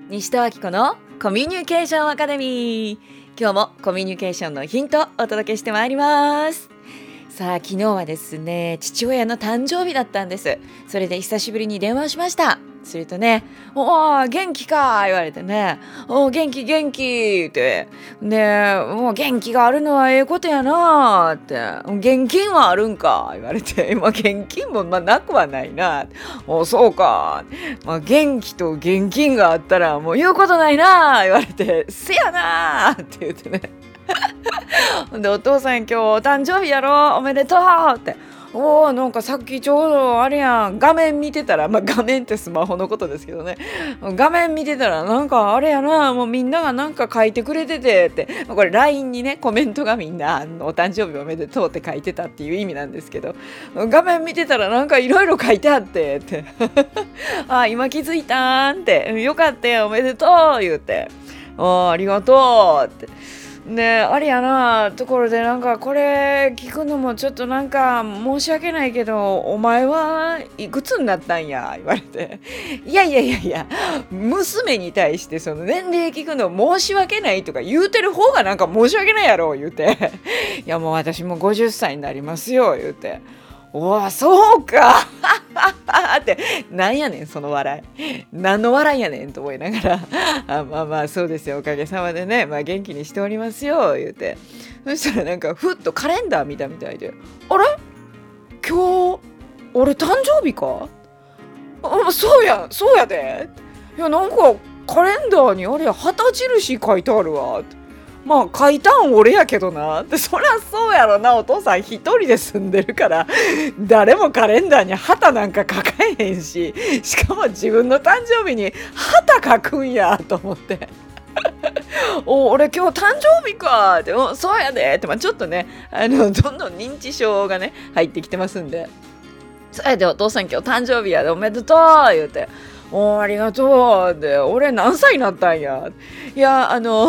西田明子のコミュニケーションアカデミー。今日もコミュニケーションのヒントをお届けしてまいります。さあ、昨日はですね、父親の誕生日だったんです。それで久しぶりに電話をしました。するとね、おー元気か言われてね、おー元気って、ね、もう元気があるのはええことやなって、現金はあるんか言われて、今現金もなくはないな、おそうか、元気と現金があったらもう言うことないな言われて、せやなって言ってねで、お父さん今日お誕生日やろおめでとうって、なんかさっきちょうどあれやん、画面見てたら、画面ってスマホのことですけどね、画面見てたらなんかあれやな、もうみんながなんか書いてくれててって、これ LINE にねコメントがみんなお誕生日おめでとうって書いてたっていう意味なんですけど、画面見てたらなんかいろいろ書いてあってって今気づいたんって、よかったよおめでとう言うて、ありがとうってね、あれやな、ところでなんかこれ聞くのもちょっとなんか申し訳ないけど、お前はいくつになったんや言われて、いや娘に対してその年齢聞くの申し訳ないとか言うてる方がなんか申し訳ないやろ言うて、いやもう私も50歳になりますよ言うて、そうかってなんやねんその笑い、何の笑いやねんと思いながらそうですよおかげさまでね、元気にしておりますよ言うて、そしたらなんかふっとカレンダー見たみたいで、あれ今日俺誕生日か、そうやで、いやなんかカレンダーにあれ旗印書いてあるわって、書いたん俺やけどなって、そりゃそうやろな、お父さん一人で住んでるから誰もカレンダーに旗なんか書かへんし、しかも自分の誕生日に旗書くんやと思って俺今日誕生日かって、そうやでって、ちょっとねどんどん認知症がね入ってきてますんで、それでお父さん今日誕生日やでおめでとう言うて、ありがとうで、俺何歳になったんや、いや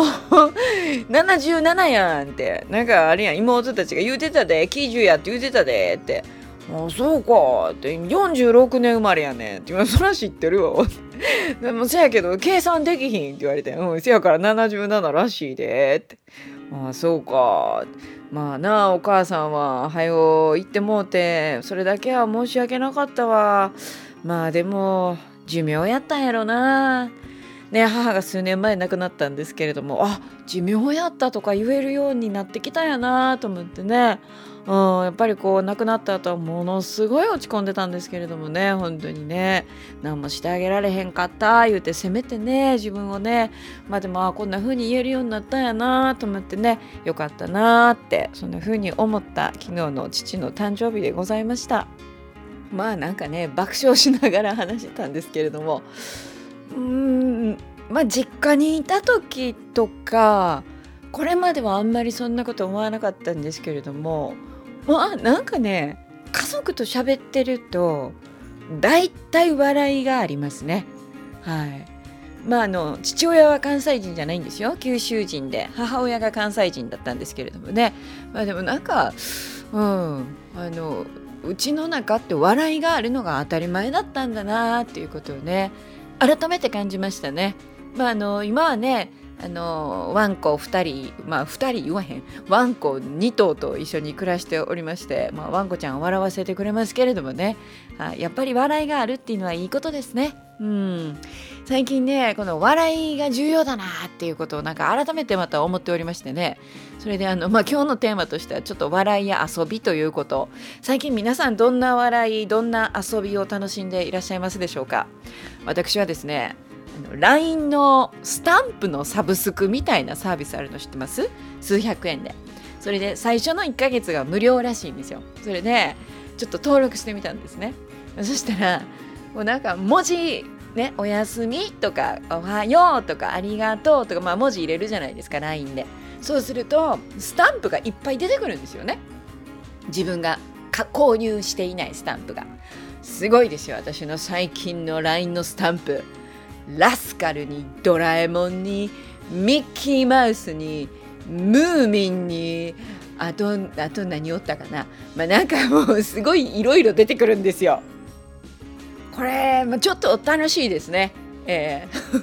77やんって、なんかあれやん、妹たちが言うてたで、90やって言うてたでって、そうかって46年生まれやねんって、そら知ってるよでもせやけど計算できひんって言われて、せやから77らしいでって、そうか、お母さんははよ行ってもうて、それだけは申し訳なかったわ、でも寿命やったんやろなね、母が数年前亡くなったんですけれども、寿命やったとか言えるようになってきたんやなと思ってね、やっぱりこう亡くなった後はものすごい落ち込んでたんですけれどもね、本当にね何もしてあげられへんかった言うて責めてね、自分をね、でもこんな風に言えるようになったんやなと思ってね、よかったなって、そんな風に思った昨日の父の誕生日でございました。なんかね爆笑しながら話してたんですけれども、実家にいた時とかこれまではあんまりそんなこと思わなかったんですけれども、なんかね家族と喋ってるとだいたい笑いがありますね。はい。父親は関西人じゃないんですよ、九州人で、母親が関西人だったんですけれどもね、でもなんかうちの中って笑いがあるのが当たり前だったんだなっていうことをね改めて感じましたね。今はねワンコ2人2人言わへん、ワンコ2頭と一緒に暮らしておりまして、ワンコちゃんを笑わせてくれますけれどもね、やっぱり笑いがあるっていうのはいいことですね。最近ねこの笑いが重要だなっていうことをなんか改めてまた思っておりましてね、それで今日のテーマとしてはちょっと笑いや遊びということ、最近皆さんどんな笑いどんな遊びを楽しんでいらっしゃいますでしょうか。私はですねLINE のスタンプのサブスクみたいなサービスあるの知ってます？数百円で、それで最初の1ヶ月が無料らしいんですよ。それでちょっと登録してみたんですね。そしたらもうなんか文字ね、おやすみとかおはようとかありがとうとか、文字入れるじゃないですか LINE で。そうするとスタンプがいっぱい出てくるんですよね。自分が購入していないスタンプがすごいですよ。私の最近の LINE のスタンプ、ラスカルにドラえもんにミッキーマウスにムーミンにあと何おったかな、なんかもうすごいいろいろ出てくるんですよ。これ、ちょっと楽しいですね。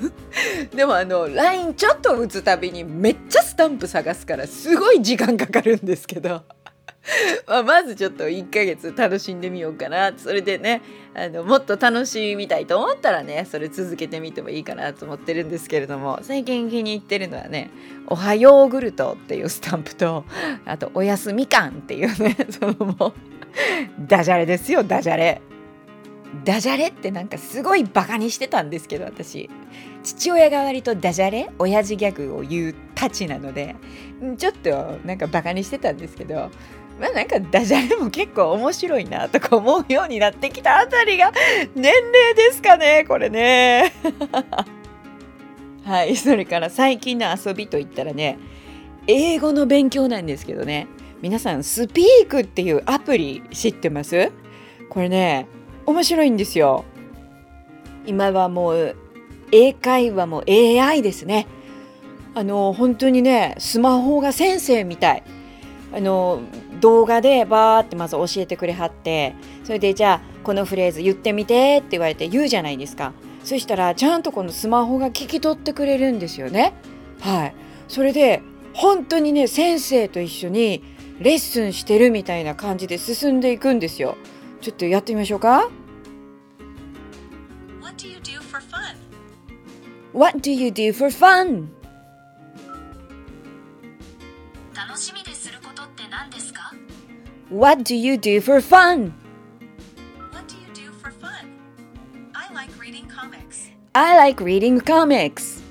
でもLINE ちょっと打つたびにめっちゃスタンプ探すからすごい時間かかるんですけどまずちょっと1ヶ月楽しんでみようかな。それでねもっと楽しみたいと思ったらねそれ続けてみてもいいかなと思ってるんですけれども、最近気に入ってるのはねおはヨーグルトっていうスタンプと、あとおやすみかんっていうねそのもうダジャレですよ。ダジャレってなんかすごいバカにしてたんですけど、私父親が割とダジャレ親父ギャグを言うたちなのでちょっとなんかバカにしてたんですけど、なんかダジャレも結構面白いなとか思うようになってきたあたりが年齢ですかね、これねはい。それから最近の遊びといったらね、英語の勉強なんですけどね、皆さんスピークっていうアプリ知ってます？これね面白いんですよ。今はもう英会話も AI ですね。本当にねスマホが先生みたい。動画でバーってまず教えてくれはって、それでじゃあこのフレーズ言ってみてって言われて言うじゃないですか。そしたらちゃんとこのスマホが聞き取ってくれるんですよね。はい。それで本当にね先生と一緒にレッスンしてるみたいな感じで進んでいくんですよ。ちょっとやってみましょうか。 What do you do for fun? What do you do for fun? 楽しみですることって何ですか？ What do you do for fun? What do you do for fun? I like reading comics. I like reading comics.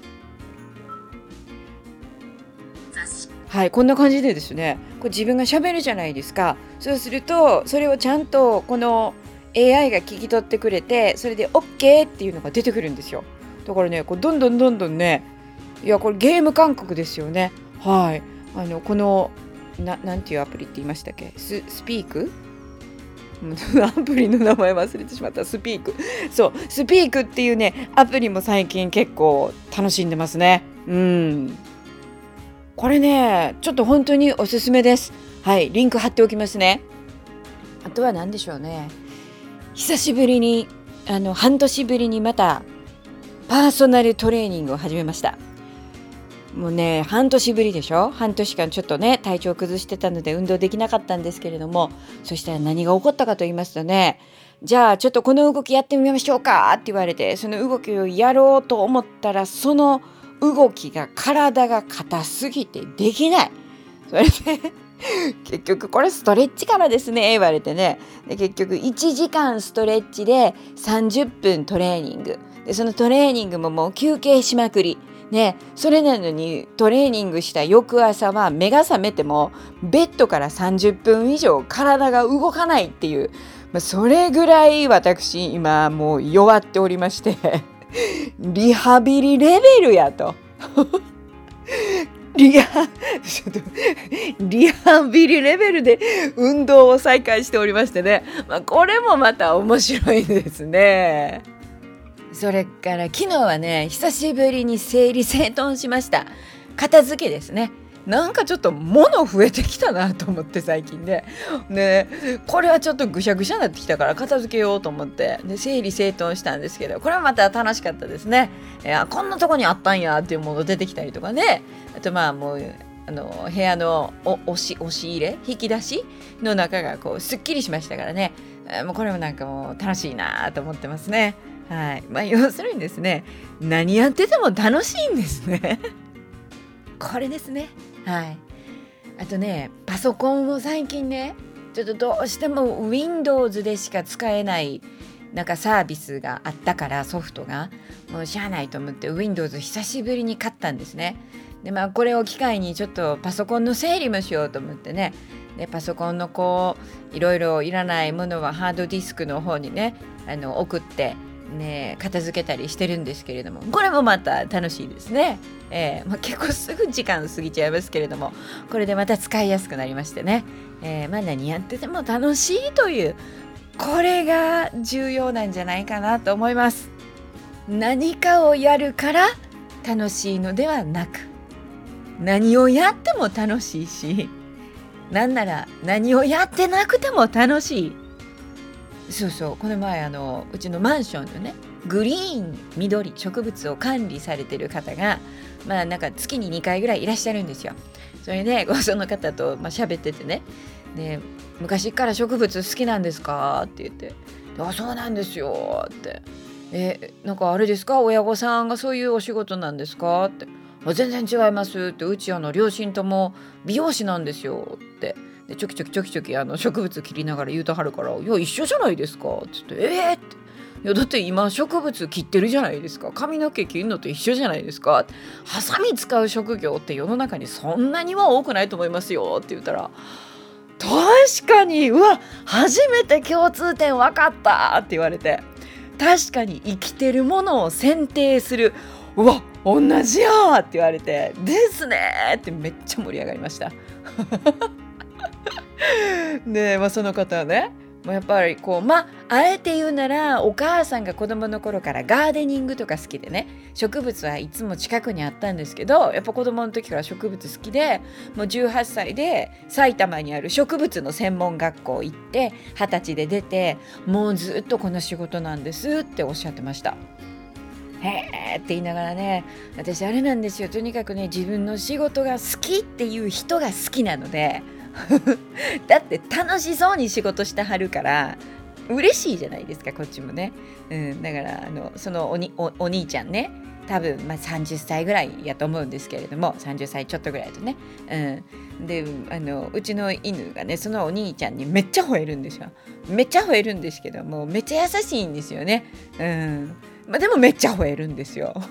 雑誌。 はい、こんな感じでですね、これ自分が喋るじゃないですか。そうするとそれをちゃんとこの AI が聞き取ってくれて、それで OK っていうのが出てくるんですよ。だからねこうどんどんね、いやこれゲーム感覚ですよね。はい。このなんていうアプリって言いましたっけ？スピークアプリの名前忘れてしまった。スピーク。そう、スピークっていうねアプリも最近結構楽しんでますね。これねちょっと本当におすすめです。はい、リンク貼っておきますね。あとは何でしょうね、久しぶりに半年ぶりにまたパーソナルトレーニングを始めました。もうね半年ぶりでしょ。半年間ちょっとね体調崩してたので運動できなかったんですけれども、そしたら何が起こったかと言いますとね、じゃあちょっとこの動きやってみましょうかって言われて、その動きをやろうと思ったらその動きが体が硬すぎてできない。それで結局これストレッチからですね言われてね、で結局1時間ストレッチで30分トレーニングで、そのトレーニングももう休憩しまくりね、それなのにトレーニングした翌朝は目が覚めてもベッドから30分以上体が動かないっていう、それぐらい私今もう弱っておりましてリハビリレベルやとリハビリレベルで運動を再開しておりましてね、これもまた面白いですね。それから昨日はね久しぶりに整理整頓しました。片付けですね。なんかちょっと物増えてきたなと思って最近ね。これはちょっとぐしゃぐしゃになってきたから片付けようと思って整理整頓したんですけど、これはまた楽しかったですね。こんなとこにあったんやっていうもの出てきたりとかね。あともう部屋の押し入れ引き出しの中がこうすっきりしましたからね。もうこれもなんかもう楽しいなと思ってますね。はい。要するにですね、何やってても楽しいんですねこれですね。はい。あとねパソコンを最近ねちょっとどうしても Windows でしか使えないなんかサービスがあったから、ソフトがもうしゃあないと思って Windows 久しぶりに買ったんですね。でこれを機会にちょっとパソコンの整理もしようと思ってね、でパソコンのこういろいろいらないものはハードディスクの方にね送ってね片付けたりしてるんですけれども、これもまた楽しいですね。結構すぐ時間過ぎちゃいますけれども、これでまた使いやすくなりましてね、何やってても楽しいという、これが重要なんじゃないかなと思います。何かをやるから楽しいのではなく、何をやっても楽しいし、なんなら何をやってなくても楽しい。そうそう、この前うちのマンションのねグリーン緑植物を管理されてる方がなんか月に2回ぐらいいらっしゃるんですよ。それでその方と喋っててね、で昔から植物好きなんですかって言って、あ、そうなんですよって、なんかあれですか、親御さんがそういうお仕事なんですかって、あ、全然違いますって、うち両親とも美容師なんですよって、でちょきちょき植物切りながら言うとはるから、いや一緒じゃないですかって言って、って、いやだって今植物切ってるじゃないですか、髪の毛切るのと一緒じゃないですか、ハサミ使う職業って世の中にそんなには多くないと思いますよって言ったら、確かに、うわ、初めて共通点分かったって言われて、確かに生きてるものを選定する、うわ、同じやって言われて、ですねってめっちゃ盛り上がりましたで、その方はね、やっぱりあえて言うなら、お母さんが子供の頃からガーデニングとか好きでね、植物はいつも近くにあったんですけど、やっぱ子供の時から植物好きで、もう18歳で埼玉にある植物の専門学校行って、20歳で出て、もうずっとこの仕事なんですっておっしゃってました。へーって言いながらね、私あれなんですよ、とにかくね、自分の仕事が好きっていう人が好きなのでだって楽しそうに仕事してはるから嬉しいじゃないですか、こっちもね、だからそのお兄ちゃんね、多分30歳ぐらいやと思うんですけれども、30歳ちょっとぐらいとね、でうちの犬がね、そのお兄ちゃんにめっちゃ吠えるんですよ。めっちゃ吠えるんですけども、めっちゃ優しいんですよね。でもめっちゃ吠えるんですよ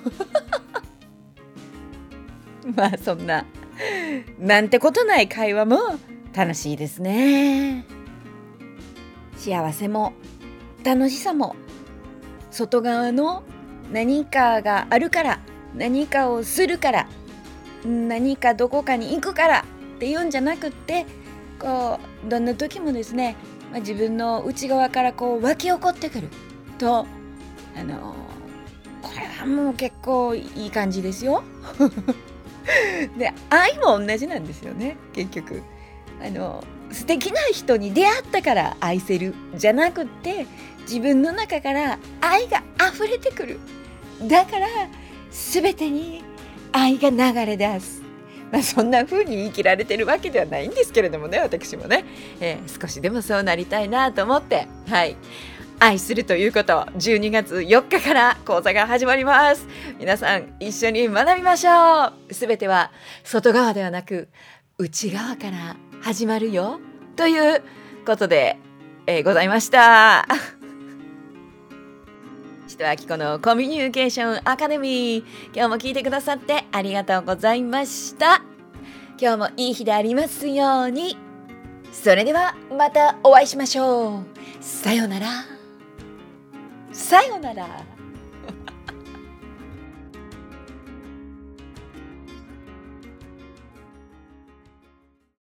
そんななんてことない会話も楽しいですね。幸せも楽しさも外側の何かがあるから、何かをするから、何かどこかに行くからっていうんじゃなくって、どんな時もですね、自分の内側から湧き起こってくると、これはもう結構いい感じですよで、愛も同じなんですよね、結局。素敵な人に出会ったから愛せるじゃなくって、自分の中から愛が溢れてくる。だから全てに愛が流れ出す。そんな風に生きられてるわけではないんですけれどもね、私もね、少しでもそうなりたいなと思って、愛するということ、12月4日から講座が始まります。皆さん一緒に学びましょう。すべては外側ではなく内側から始まるよということで、ございました人あきこのコミュニケーションアカデミー、今日も聞いてくださってありがとうございました。今日もいい日でありますように。それではまたお会いしましょう。さようなら。さようなら。